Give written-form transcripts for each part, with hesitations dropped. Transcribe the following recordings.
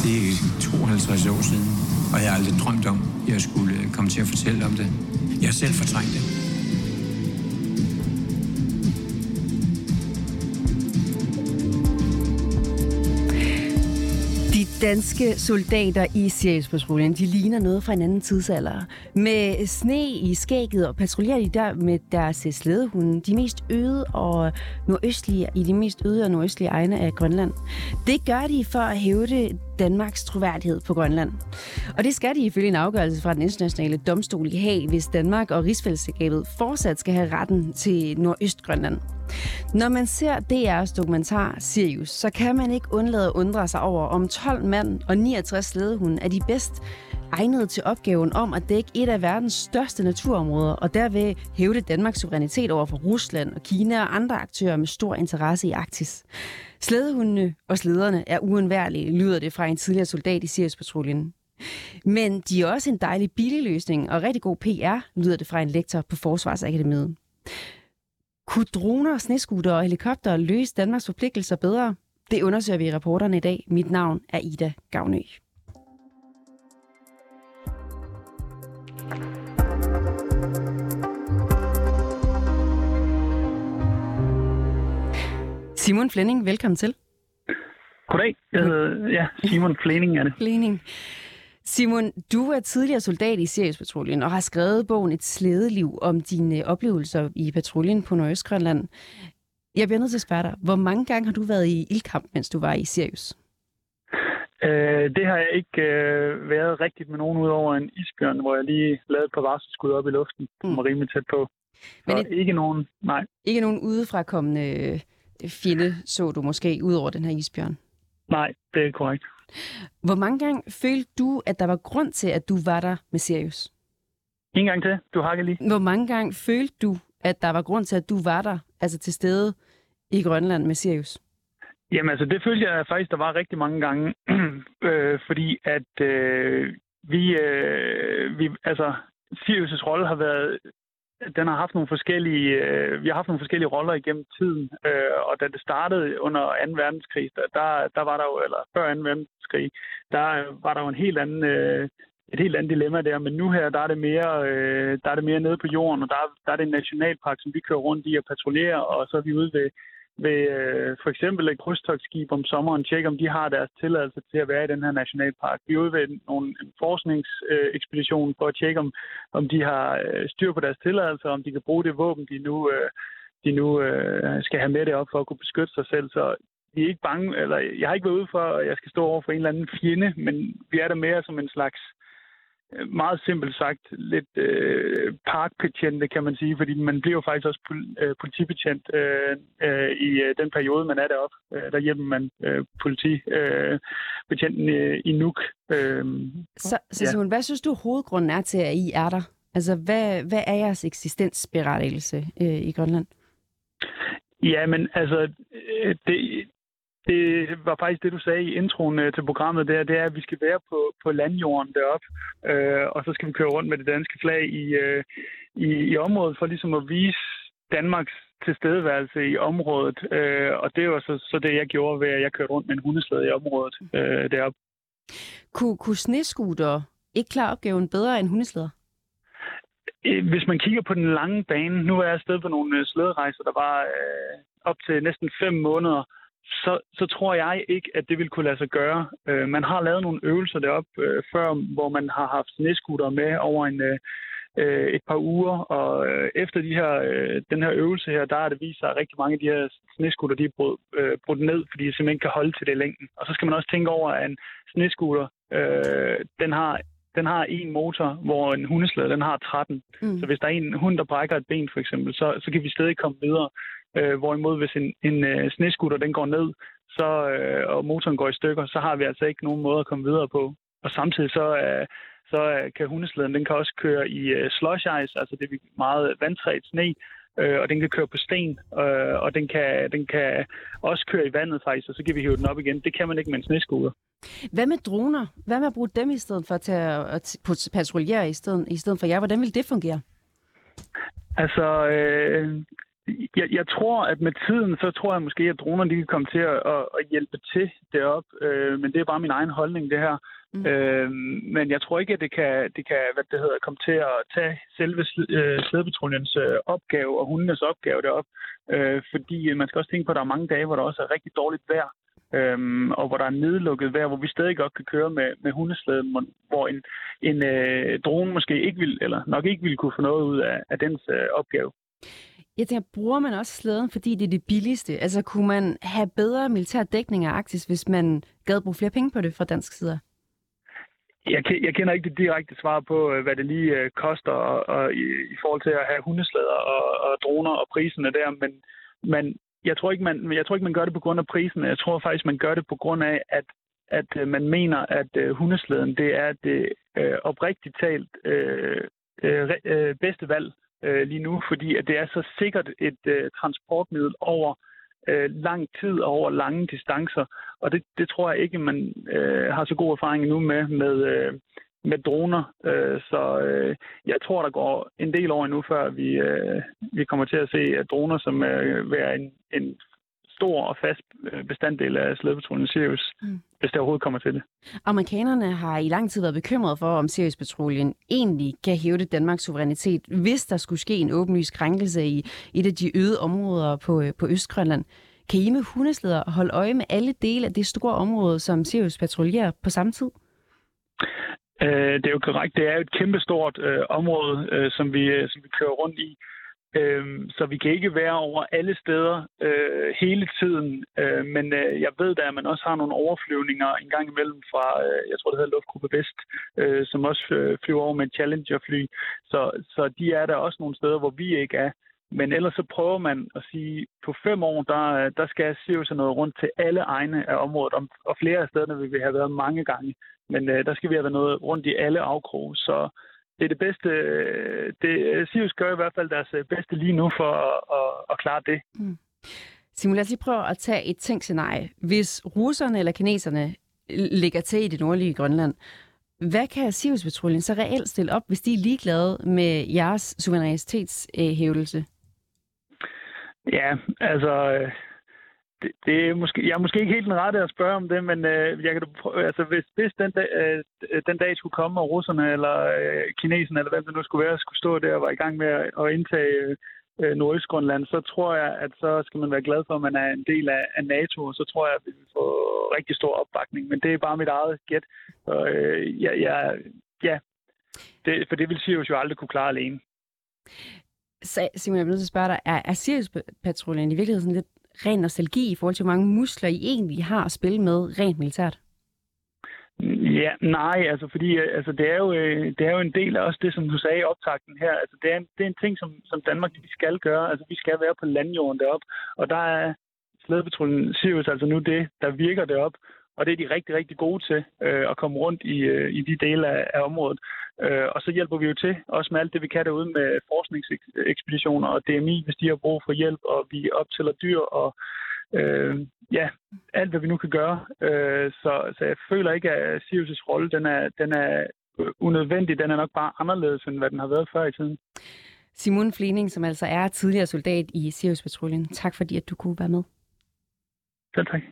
Det er 52 år siden, og jeg har aldrig drømt om, at jeg skulle komme til at fortælle om det. Jeg har selv fortrængt det. De danske soldater i Siriuspatruljen, de ligner noget fra en anden tidsalder. Med sne i skægget og patruljerer de der med deres slædehunde, de mest øde og nordøstlige, i de mest øde og nordøstlige egne af Grønland. Det gør de for at hævde Danmarks troværdighed på Grønland. Og det skal de ifølge en afgørelse fra den internationale domstol i Haag, hvis Danmark og rigsfællesskabet fortsat skal have retten til Nordøstgrønland. Når man ser DR's dokumentar Sirius, så kan man ikke undlade at undre sig over, om 12 mand og 69 slædehunde er de bedst egnede til opgaven om at dække et af verdens største naturområder, og derved hævde Danmarks suverænitet over for Rusland og Kina og andre aktører med stor interesse i Arktis. Slædehundene og slæderne er uundværlige, lyder det fra en tidligere soldat i Siriuspatruljen. Men de er også en dejlig billig løsning og rigtig god PR, lyder det fra en lektor på Forsvarsakademiet. Kunne droner, snescooter og helikopter løse Danmarks forpligtelser bedre? Det undersøger vi i reporterne i dag. Mit navn er Ida Gavnø. Simon Flemming, velkommen til. Goddag, jeg hedder Simon Flemming er det. Flemming. Simon, du er tidligere soldat i Siriuspatruljen og har skrevet bogen Et slædeliv om dine oplevelser i patruljen på Nordøstgrønland. Jeg bliver nødt til at spørge dig, hvor mange gange har du været i ildkamp, mens du var i Sirius? Det har jeg ikke været rigtigt med nogen udover en isbjørn, hvor jeg lige lavede et par varselsskud op i luften, som var rimelig tæt på. Men ikke nogen, nej. Ikke nogen udefrakommende fjende så du måske ud over den her isbjørn? Nej, det er korrekt. Hvor mange gange følte du, at der var grund til, at du var der med Sirius? En gang til. Du hakker lige. Hvor mange gange følte du, at der var grund til, at du var der, altså til stede i Grønland med Sirius? Jamen altså, det følte jeg faktisk, der var rigtig mange gange. Fordi at vi altså, Sirius' rolle har været... Den har haft nogle forskellige, vi har haft nogle forskellige roller igennem tiden, og da det startede under 2. verdenskrig, der var der jo, eller før 2. verdenskrig, der var der jo et helt andet dilemma der, men nu her, der er det mere nede på jorden, og der er det en nationalpark, som vi kører rundt i og patruljerer, og så er vi ude ved for eksempel et krydstogtskib om sommeren, tjekke om de har deres tilladelse til at være i den her nationalpark. Vi er ude ved en forskningsekspedition for at tjekke, om de har styr på deres tilladelse, om de kan bruge det våben, de nu skal have med det op for at kunne beskytte sig selv. Så vi er ikke bange, eller jeg har ikke været ude for, at jeg skal stå over for en eller anden fjende, men vi er der mere som en slags, meget simpelt sagt, lidt parkbetjente, kan man sige, fordi man bliver jo faktisk også politibetjent i den periode, man er deroppe. Der hjælper man politibetjenten i Nuuk. Så Simon, hvad synes du hovedgrunden er til, at I er der? Altså, hvad er jeres eksistensberettigelse i Grønland? Jamen, altså, det var faktisk det, du sagde i introen til programmet der. Det er, at vi skal være på landjorden deroppe, og så skal vi køre rundt med det danske flag i området for ligesom at vise Danmarks tilstedeværelse i området. Og det var så det, jeg gjorde ved, at jeg kørte rundt med en hundeslæde i området deroppe. Kunne snescooter ikke klare opgaven bedre end hundeslæder? Hvis man kigger på den lange bane, nu er jeg afsted på nogle slæderejser, der var op til næsten 5 måneder, så tror jeg ikke, at det vil kunne lade sig gøre. Man har lavet nogle øvelser deroppe før, hvor man har haft snescooter med over et par uger, og efter den her øvelse her, der er det vist sig, at rigtig mange af de her snescooter, de er brudt ned, fordi de simpelthen ikke kan holde til det i længden. Og så skal man også tænke over, at en snescooter, den har en motor, hvor en hundeslæde, den har 13. Så hvis der er en hund, der brækker et ben for eksempel, så kan vi stadig komme videre. Hvorimod hvis en snescooter, den går ned, og motoren går i stykker, så har vi altså ikke nogen måde at komme videre på. Og samtidig så kan hundeslæden, den kan også køre i slush ice, altså det er meget vandtræt sne, og den kan køre på sten, og den kan også køre i vandet faktisk, og så kan vi hive den op igen. Det kan man ikke med en snescooter. Hvad med droner? Hvad med at bruge dem i stedet for at patruljere i stedet for jer? Hvordan vil det fungere? Altså, Jeg tror, at med tiden, så tror jeg måske, at dronerne kan komme til at hjælpe til derop. Men det er bare min egen holdning, det her. Men jeg tror ikke, at det kan komme til at tage selve slædepatruljens opgave og hundenes opgave derop. Fordi man skal også tænke på, at der er mange dage, hvor der også er rigtig dårligt vejr. Og hvor der er nedlukket vejr, hvor vi stadig godt kan køre med hundeslæden, hvor en drone måske ikke vil, eller nok ikke ville kunne få noget ud af dens opgave. Jeg tænker, bruger man også slæden, fordi det er det billigste? Altså, kunne man have bedre militær dækning af Arktis, hvis man gad bruge flere penge på det fra dansk side? Jeg kender ikke det direkte svar på, hvad det lige koster og i forhold til at have hundeslæder og droner og priserne der, men jeg tror ikke, man gør det på grund af prisen. Jeg tror faktisk, man gør det på grund af, at man mener, at hundeslæden det er det oprigtigt talt bedste valg lige nu, fordi at det er så sikkert et transportmiddel over lang tid og over lange distancer. Og det tror jeg ikke, man har så god erfaring nu med droner. Så jeg tror, der går en del år endnu, før vi kommer til at se at droner, som være en stor og fast bestanddel af slædepatruljen Sirius, hvis det overhovedet kommer til det. Amerikanerne har i lang tid været bekymret for, om Sirius-patruljen egentlig kan hævde Danmarks suverænitet, hvis der skulle ske en åbenlys krænkelse i et af de øde områder på Østgrønland. Kan I med hundeslæder holde øje med alle dele af det store område, som Sirius patruljerer på samme tid? Det er jo korrekt. Det er jo et kæmpestort område, som vi kører rundt i. Så vi kan ikke være over alle steder hele tiden. Men jeg ved da, at man også har nogle overflyvninger en gang imellem fra, jeg tror det hedder Luftgruppe Vest, som også flyver over med et Challenger-fly. Så de er der også nogle steder, hvor vi ikke er. Men ellers så prøver man at sige, på 5 år, der skal Sirius noget rundt til alle egne af området. Og flere af stederne vil vi have været mange gange. Men der skal vi have været noget rundt i alle afkroge. Så det er det bedste. Sirius gør i hvert fald deres bedste lige nu for at klare det. Simon, lad os lige prøve at tage et tænkt scenarie. Hvis russerne eller kineserne ligger til i det nordlige Grønland, hvad kan Sirius-patruljen så reelt stille op, hvis de er ligeglade med jeres suverænitetshævdelse? Ja, altså, det er måske, jeg er måske ikke helt den rette at spørge om det, men jeg kan altså hvis den dag skulle komme, og russerne eller kineserne, eller hvem det nu skulle være, skulle stå der og var i gang med at indtage Nordøstgrønland, så tror jeg, at så skal man være glad for, at man er en del af NATO, og så tror jeg, at vi vil få rigtig stor opbakning. Men det er bare mit eget gæt. For det vil Sirius jo aldrig kunne klare alene. Så Simon, jeg bliver nødt til at spørge dig, er Sirius-patruljen i virkeligheden sådan lidt ren nostalgi i forhold til, hvor mange muskler I egentlig har at spille med rent militært? Ja, nej, altså fordi altså, det er jo en del af også det, som du sagde i optakten her. Altså, det er en ting, som Danmark vi skal gøre. Altså, vi skal være på landjorden deroppe, og der er slædepatruljen Sirius altså nu det, der virker deroppe. Og det er de rigtig, rigtig gode til at komme rundt i de dele af området. Og så hjælper vi jo til, også med alt det, vi kan derude med forskningsekspeditioner og DMI, hvis de har brug for hjælp, og vi optæller dyr og alt, hvad vi nu kan gøre. Så jeg føler ikke, at Sirius' rolle, den er unødvendig. Den er nok bare anderledes, end hvad den har været før i tiden. Simon Flening, som altså er tidligere soldat i Sirius-patruljen. Tak fordi, at du kunne være med. Selv tak.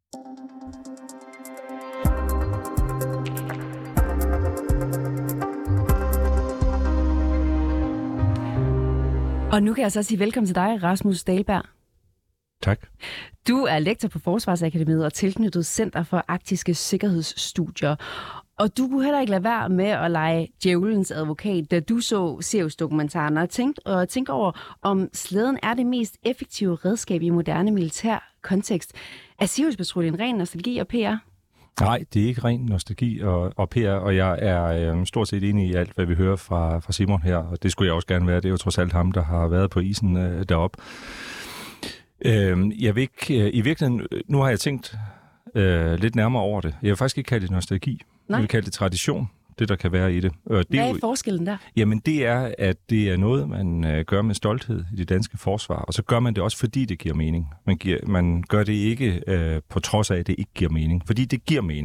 Og nu kan jeg så sige velkommen til dig, Rasmus Dahlberg. Tak. Du er lektor på Forsvarsakademiet og tilknyttet Center for Arktiske Sikkerhedsstudier. Og du kunne heller ikke lade være med at lege djævelens advokat, da du så Sirius-dokumentaren og tænkte over, om slæden er det mest effektive redskab i moderne militær kontekst. Er Sirius-patruljen ren nostalgi og PR? Nej, det er ikke ren nostalgi og PR, og jeg er stort set enig i alt, hvad vi hører fra Simon her, og det skulle jeg også gerne være. Det er jo trods alt ham, der har været på isen deroppe. Jeg vil ikke, i virkeligheden, nu har jeg tænkt lidt nærmere over det. Jeg vil faktisk ikke kalde det nostalgi. Jeg vil kalde det tradition, det der kan være i det. Og det hvad er forskellen der? Jamen det er, at det er noget, man gør med stolthed i det danske forsvar, og så gør man det også, fordi det giver mening. Man gør det ikke på trods af, at det ikke giver mening, fordi det giver mening.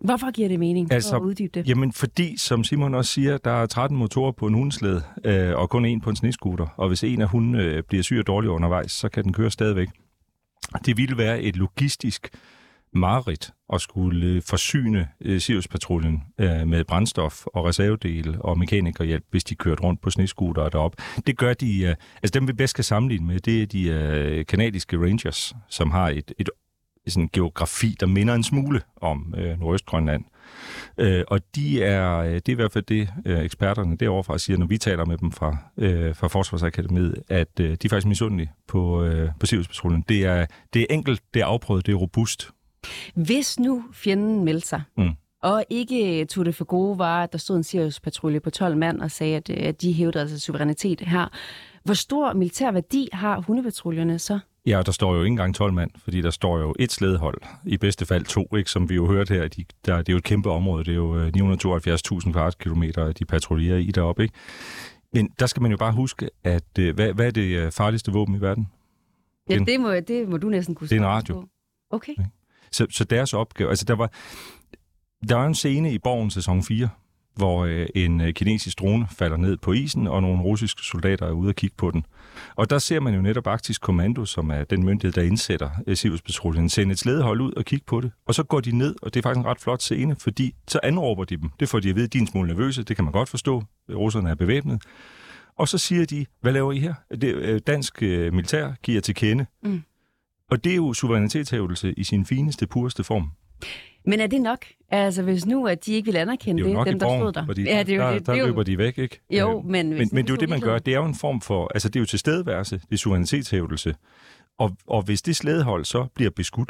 Hvorfor giver det mening at uddybe det? Jamen, fordi, som Simon også siger, der er 13 motorer på en hundeslæde, og kun en på en snescooter. Og hvis en af hundene bliver syg og dårlig undervejs, så kan den køre stadigvæk. Det ville være et logistisk mareridt at skulle forsyne Sirius-patruljen med brændstof og reservedele og mekanikerhjælp, hvis de kørte rundt på snescootere deroppe. Det gør de, altså dem vi bedst kan sammenligne med, det er de kanadiske Rangers, som har et sådan geografi, der minder en smule om Nordøstgrønland. Og det er i hvert fald det, eksperterne derovre siger, når vi taler med dem fra Forsvarsakademiet, at de er faktisk misundelige på Sirius-patruljen. Det er enkelt, det er afprøvet, det er robust. Hvis nu fjenden meldte sig, og ikke tog det for gode var, at der stod en Sirius-patrulje på 12 mand og sagde, at de hævdede altså suverænitet her, hvor stor militær værdi har hundepatruljerne så? Ja, der står jo ikke engang 12 mand, fordi der står jo et slædehold, i bedste fald 2, ikke, som vi jo hørte her. Det er jo et kæmpe område, det er jo 972.000 kvadratkilometer, de patruljerer i deroppe, ikke? Men der skal man jo bare huske, at hvad er det farligste våben i verden? Ja, det må du næsten kunne sige. Det er en radio. På. Okay. Så deres opgave, altså der var en scene i Borgen sæson 4, hvor en kinesisk drone falder ned på isen, og nogle russiske soldater er ude og kigge på den. Og der ser man jo netop Arktisk Kommando, som er den myndighed, der indsætter Sirius-patruljen, sende et slædehold ud og kigge på det. Og så går de ned, og det er faktisk en ret flot scene, fordi så anråber de dem. Det får de at vide, de er en smule nervøse, det kan man godt forstå. Russerne er bevæbnet. Og så siger de, hvad laver I her? Dansk militær giver til kende. Og det er jo suverænitetshævdelse i sin fineste, pureste form. Men er det nok? Altså, hvis nu, at de ikke vil anerkende det, dem, der stod der. Fordi ja, der løber de væk, ikke? Jo, men det er jo det, man gør. Det er jo en form for, altså det er jo tilstedeværelse, det er suverænitetshævdelse. Og hvis det slædehold så bliver beskudt,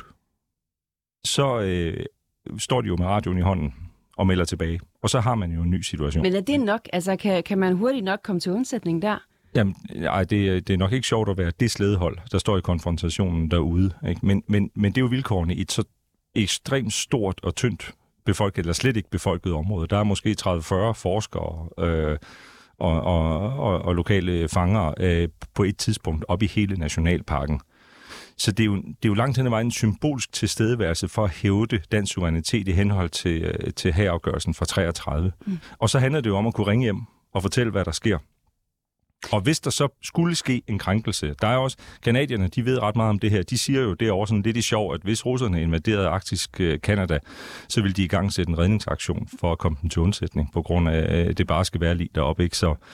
så står de jo med radioen i hånden og melder tilbage. Og så har man jo en ny situation. Men er det nok? Altså, kan man hurtigt nok komme til undsætning der? Jamen, det er nok ikke sjovt at være det slædehold, der står i konfrontationen derude. Ikke? Men det er jo vilkårene i et så ekstremt stort og tyndt befolket, eller slet ikke befolket område. Der er måske 30-40 forskere og lokale fangere på et tidspunkt op i hele nationalparken. Så det er jo langt hen ad vejen en symbolsk tilstedeværelse for at hævde dansk suverænitet i henhold til hærafgørelsen fra 33. Og så handler det jo om at kunne ringe hjem og fortælle, hvad der sker. Og hvis der så skulle ske en krænkelse, der er også, kanadierne, de ved ret meget om det her, de siger jo derovre sådan lidt i sjov, at hvis russerne invaderede Arktisk Canada, så ville de i gang sætte en redningsaktion for at komme dem til undsætning, på grund af, at det bare skal være lige deroppe, ikke? Så...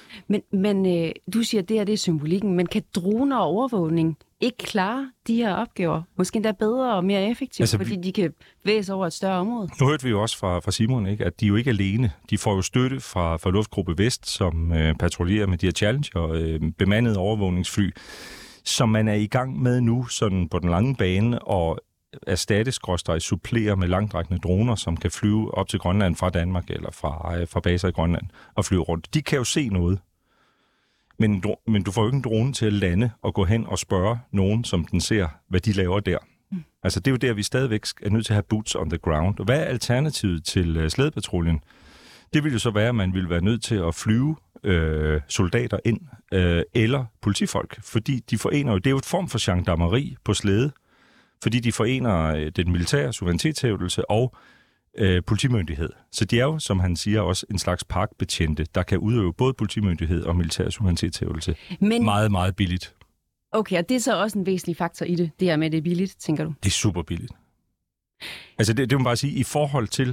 Men du siger, at det her det er symbolikken, men kan droner og overvågning ikke klare de her opgaver? Måske endda bedre og mere effektivt, altså, fordi de kan bevæge sig over et større område? Nu hørte vi jo også fra Simon, ikke, at de er jo ikke alene. De får jo støtte fra Luftgruppe Vest, som patruljerer med de her Challenger, bemandede overvågningsfly, som man er i gang med nu sådan på den lange bane, og supplere med langtrækkende droner, som kan flyve op til Grønland fra Danmark eller fra baser i Grønland og flyve rundt. De kan jo se noget. Men du får jo ikke en drone til at lande og gå hen og spørge nogen, som den ser, hvad de laver der. Altså det er jo der, vi stadigvæk er nødt til at have boots on the ground. Og hvad er alternativet til slædepatruljen? Det vil jo så være, at man vil være nødt til at flyve soldater ind eller politifolk, fordi de forener jo, det er jo et form for gendarmeri på slæde, fordi de forener den militære suverænitetshævdelse og politimyndighed. Så de er jo, som han siger, også en slags parkbetjente, der kan udøve både politimyndighed og militær suverænitetshævdelse. Men... meget, meget billigt. Okay, og det er så også en væsentlig faktor i det her med, at det er billigt, tænker du? Det er super billigt. Altså det må man bare sige, i forhold til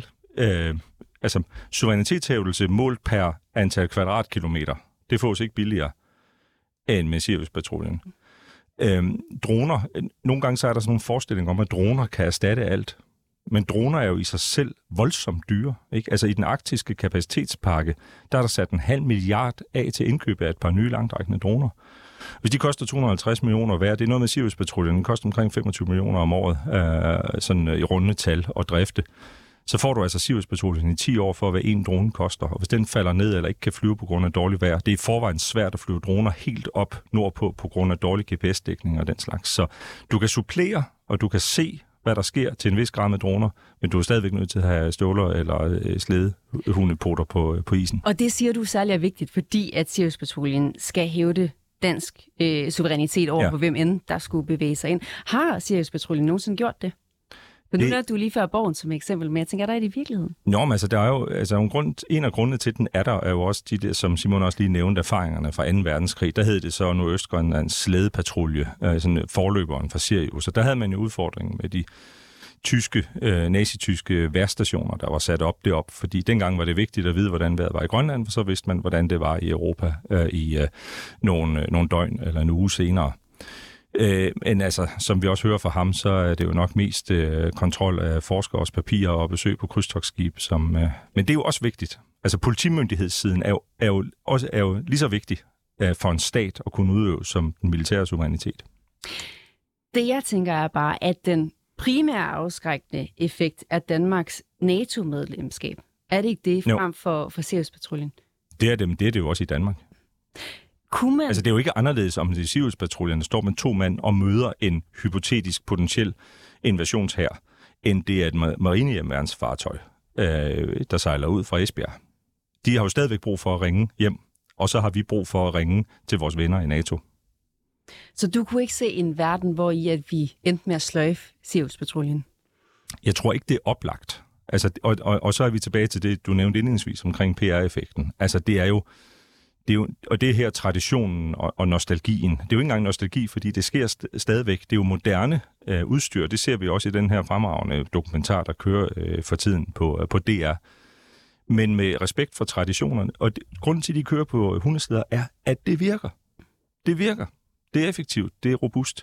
suverænitetshævdelse målt per antal kvadratkilometer, det fås ikke billigere end med Sirius-patruljen. Droner, nogle gange så er der sådan nogle forestillinger om, at droner kan erstatte alt. Men droner er jo i sig selv voldsomt dyre. Ikke? Altså i den arktiske kapacitetspakke, der er der sat 500 milliarder af til indkøb af et par nye langtrækkende droner. Hvis de koster 250 millioner hver, det er noget med Sirius-patruljen, den koster omkring 25 millioner om året, sådan i runde tal og drifte. Så får du altså Sirius-patruljen i 10 år for, hvad en drone koster. Og hvis den falder ned eller ikke kan flyve på grund af dårligt vejr, det er i forvejen svært at flyve droner helt op nordpå på grund af dårlig GPS-dækning og den slags. Så du kan supplere, og du kan se, hvad der sker til en vis grad med droner, men du er stadigvæk nødt til at have støvler eller slædehundepoter på isen. Og det siger du særlig er vigtigt, fordi at Sirius-patruljen skal hævde dansk suverænitet over på hvem end der skulle bevæge sig ind. Har Sirius-patruljen nogensinde gjort det? For nu er du lige før Borgen som eksempel, men jeg tænker, er der i virkeligheden? Nå, men altså, der er jo en af grundene til, den er jo også de der, som Simon også lige nævnte, erfaringerne fra 2. verdenskrig. Der hed det så Nordøstgrønlands slædepatrulje, sådan forløberen fra Sirius. Så der havde man jo udfordringen med de nazityske vejrstationer, der var sat op derop, fordi dengang var det vigtigt at vide, hvordan vejret var i Grønland, for så vidste man, hvordan det var i Europa i nogle døgn eller en uge senere. Men altså, som vi også hører fra ham, så er det jo nok mest kontrol af forskeres papirer og besøg på krydstogtskib. Men det er jo også vigtigt. Altså, politimyndighedssiden er jo lige så vigtig for en stat at kunne udøve som den militære suverænitet. Det jeg tænker er bare, at den primære afskrækkende effekt af Danmarks NATO-medlemskab, er det ikke det frem for Sirius-patruljen? Det er det jo også i Danmark. Altså, det er jo ikke anderledes, om det er Sirius-patruljerne står med 2 mand og møder en hypotetisk potentiel invasionshær, end det er et marinehjemmeværnsfartøj, der sejler ud fra Esbjerg. De har jo stadigvæk brug for at ringe hjem, og så har vi brug for at ringe til vores venner i NATO. Så du kunne ikke se en verden, hvor at vi endte med at sløjfe Sirius-patruljen? Jeg tror ikke, det er oplagt. Altså, og så er vi tilbage til det, du nævnte indledningsvis omkring PR-effekten. Altså, det er jo, og det er her traditionen og nostalgien. Det er jo ikke engang nostalgi, fordi det sker stadigvæk. Det er jo moderne udstyr. Det ser vi også i den her fremragende dokumentar, der kører for tiden på DR. Men med respekt for traditionerne. Og grunden til, at de kører på hundeslæder, er, at det virker. Det virker. Det er effektivt. Det er robust.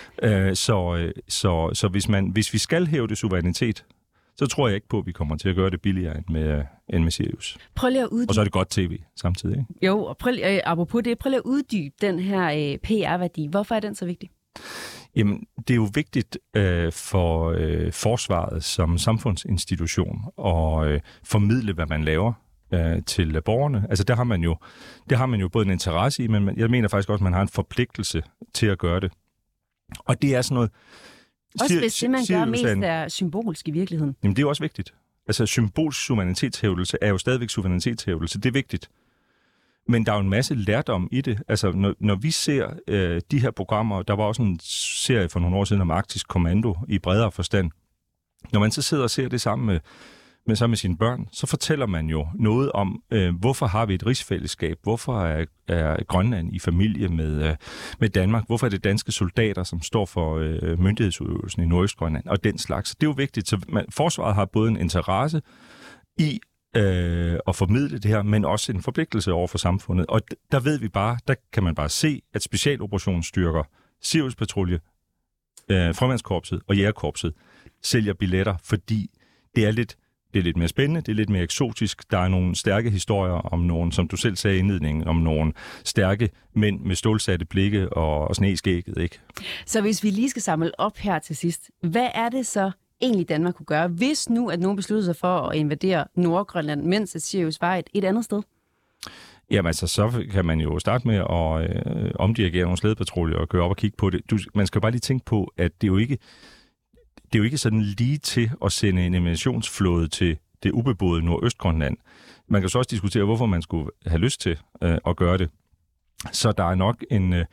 Så hvis vi skal hæve det suverænitet, så tror jeg ikke på, at vi kommer til at gøre det billigere end med Sirius. Prøv lige at uddybe. Og så er det godt tv samtidig, ikke? Jo, og apropos det, prøv lige at uddybe den her PR-værdi. Hvorfor er den så vigtig? Jamen, det er jo vigtigt for forsvaret som samfundsinstitution at formidle, hvad man laver til borgerne. Altså, det har man jo både en interesse i, men jeg mener faktisk også, at man har en forpligtelse til at gøre det. Og det er sådan noget... Også hvis det, man gør mest, er symbolsk i virkeligheden. Jamen, det er jo også vigtigt. Altså, symbolsk suverænitetshævdelse er jo stadigvæk suverænitetshævdelse. Det er vigtigt. Men der er jo en masse lærdom i det. Altså, når vi ser de her programmer, der var også en serie for nogle år siden om Arktisk Kommando i bredere forstand. Når man så sidder og ser det sammen med sine børn, så fortæller man jo noget om, hvorfor har vi et rigsfællesskab? Hvorfor er Grønland i familie med Danmark? Hvorfor er det danske soldater, som står for myndighedsudøvelsen i Nordøstgrønland? Og den slags. Det er jo vigtigt. Så forsvaret har både en interesse i at formidle det her, men også en forpligtelse over for samfundet. Og der ved vi bare, der kan man bare se, at specialoperationsstyrker, Sirius-patrulje, Frømandskorpset og Jægerkorpset sælger billetter, fordi det er lidt mere spændende, det er lidt mere eksotisk. Der er nogle stærke historier om nogle, som du selv sagde i indledningen, om nogle stærke mænd med stålsatte blikke og sne i skægget, ikke? Så hvis vi lige skal samle op her til sidst, hvad er det så egentlig Danmark kunne gøre, hvis nu at nogen besluttede sig for at invadere Nordgrønland, mens Sirius var et andet sted? Jamen altså, så kan man jo starte med at omdirigere nogle slædepatruljer og køre op og kigge på det. Man skal bare lige tænke på, at det er jo ikke sådan lige til at sende en invasionsflåde til det ubeboede Nordøstgrønland. Man kan så også diskutere, hvorfor man skulle have lyst til at gøre det. Så der er nok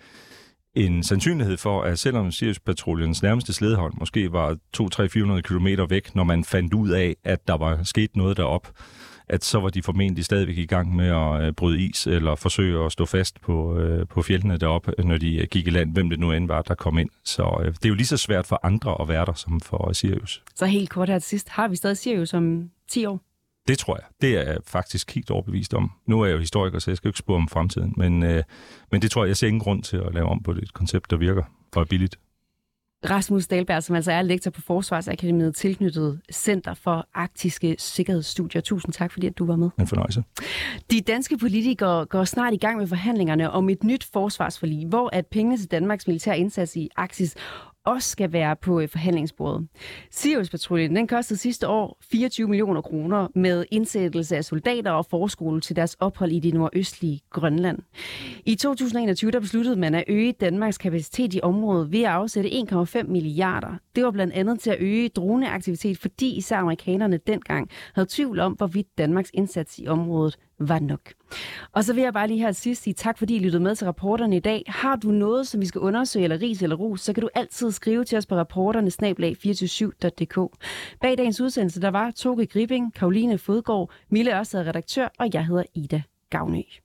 en sandsynlighed for, at selvom Sirius-patruljens nærmeste slædehold måske var 200-400 kilometer væk, når man fandt ud af, at der var sket noget derop, at så var de formentlig stadigvæk i gang med at bryde is eller forsøge at stå fast på fjeldene deroppe, når de gik i land, hvem det nu end var, der kom ind. Så det er jo lige så svært for andre at være der, som for Sirius. Så helt kort her til sidst, har vi stadig Sirius om 10 år? Det tror jeg. Det er jeg faktisk helt overbevist om. Nu er jeg jo historiker, så jeg skal jo ikke spå om fremtiden, men det tror jeg ser ingen grund til at lave om på et koncept, der virker og er billigt. Rasmus Dahlberg, som altså er lektor på Forsvarsakademiet, tilknyttet Center for Arktiske Sikkerhedsstudier. Tusind tak, fordi at du var med. En fornøjelse. De danske politikere går snart i gang med forhandlingerne om et nyt forsvarsforlig, hvor at pengene til Danmarks militære indsats i Arktis også skal være på forhandlingsbordet. Sirius-patruljen, den kostede sidste år 24 millioner kroner med indsættelse af soldater og forskole til deres ophold i det nordøstlige Grønland. I 2021 der besluttede man at øge Danmarks kapacitet i området ved at afsætte 1,5 milliarder. Det var blandt andet til at øge droneaktivitet, fordi især amerikanerne dengang havde tvivl om, hvorvidt Danmarks indsats i området var nok. Og så vil jeg bare lige her sidst sige tak, fordi I lyttede med til Reporterne i dag. Har du noget, som vi skal undersøge, eller ris eller ros, så kan du altid skrive til os på reporterne@247.dk. Bag dagens udsendelse, der var Toge Gripping, Karoline Fodgaard, Mille Ørsted redaktør, og jeg hedder Ida Gavnø.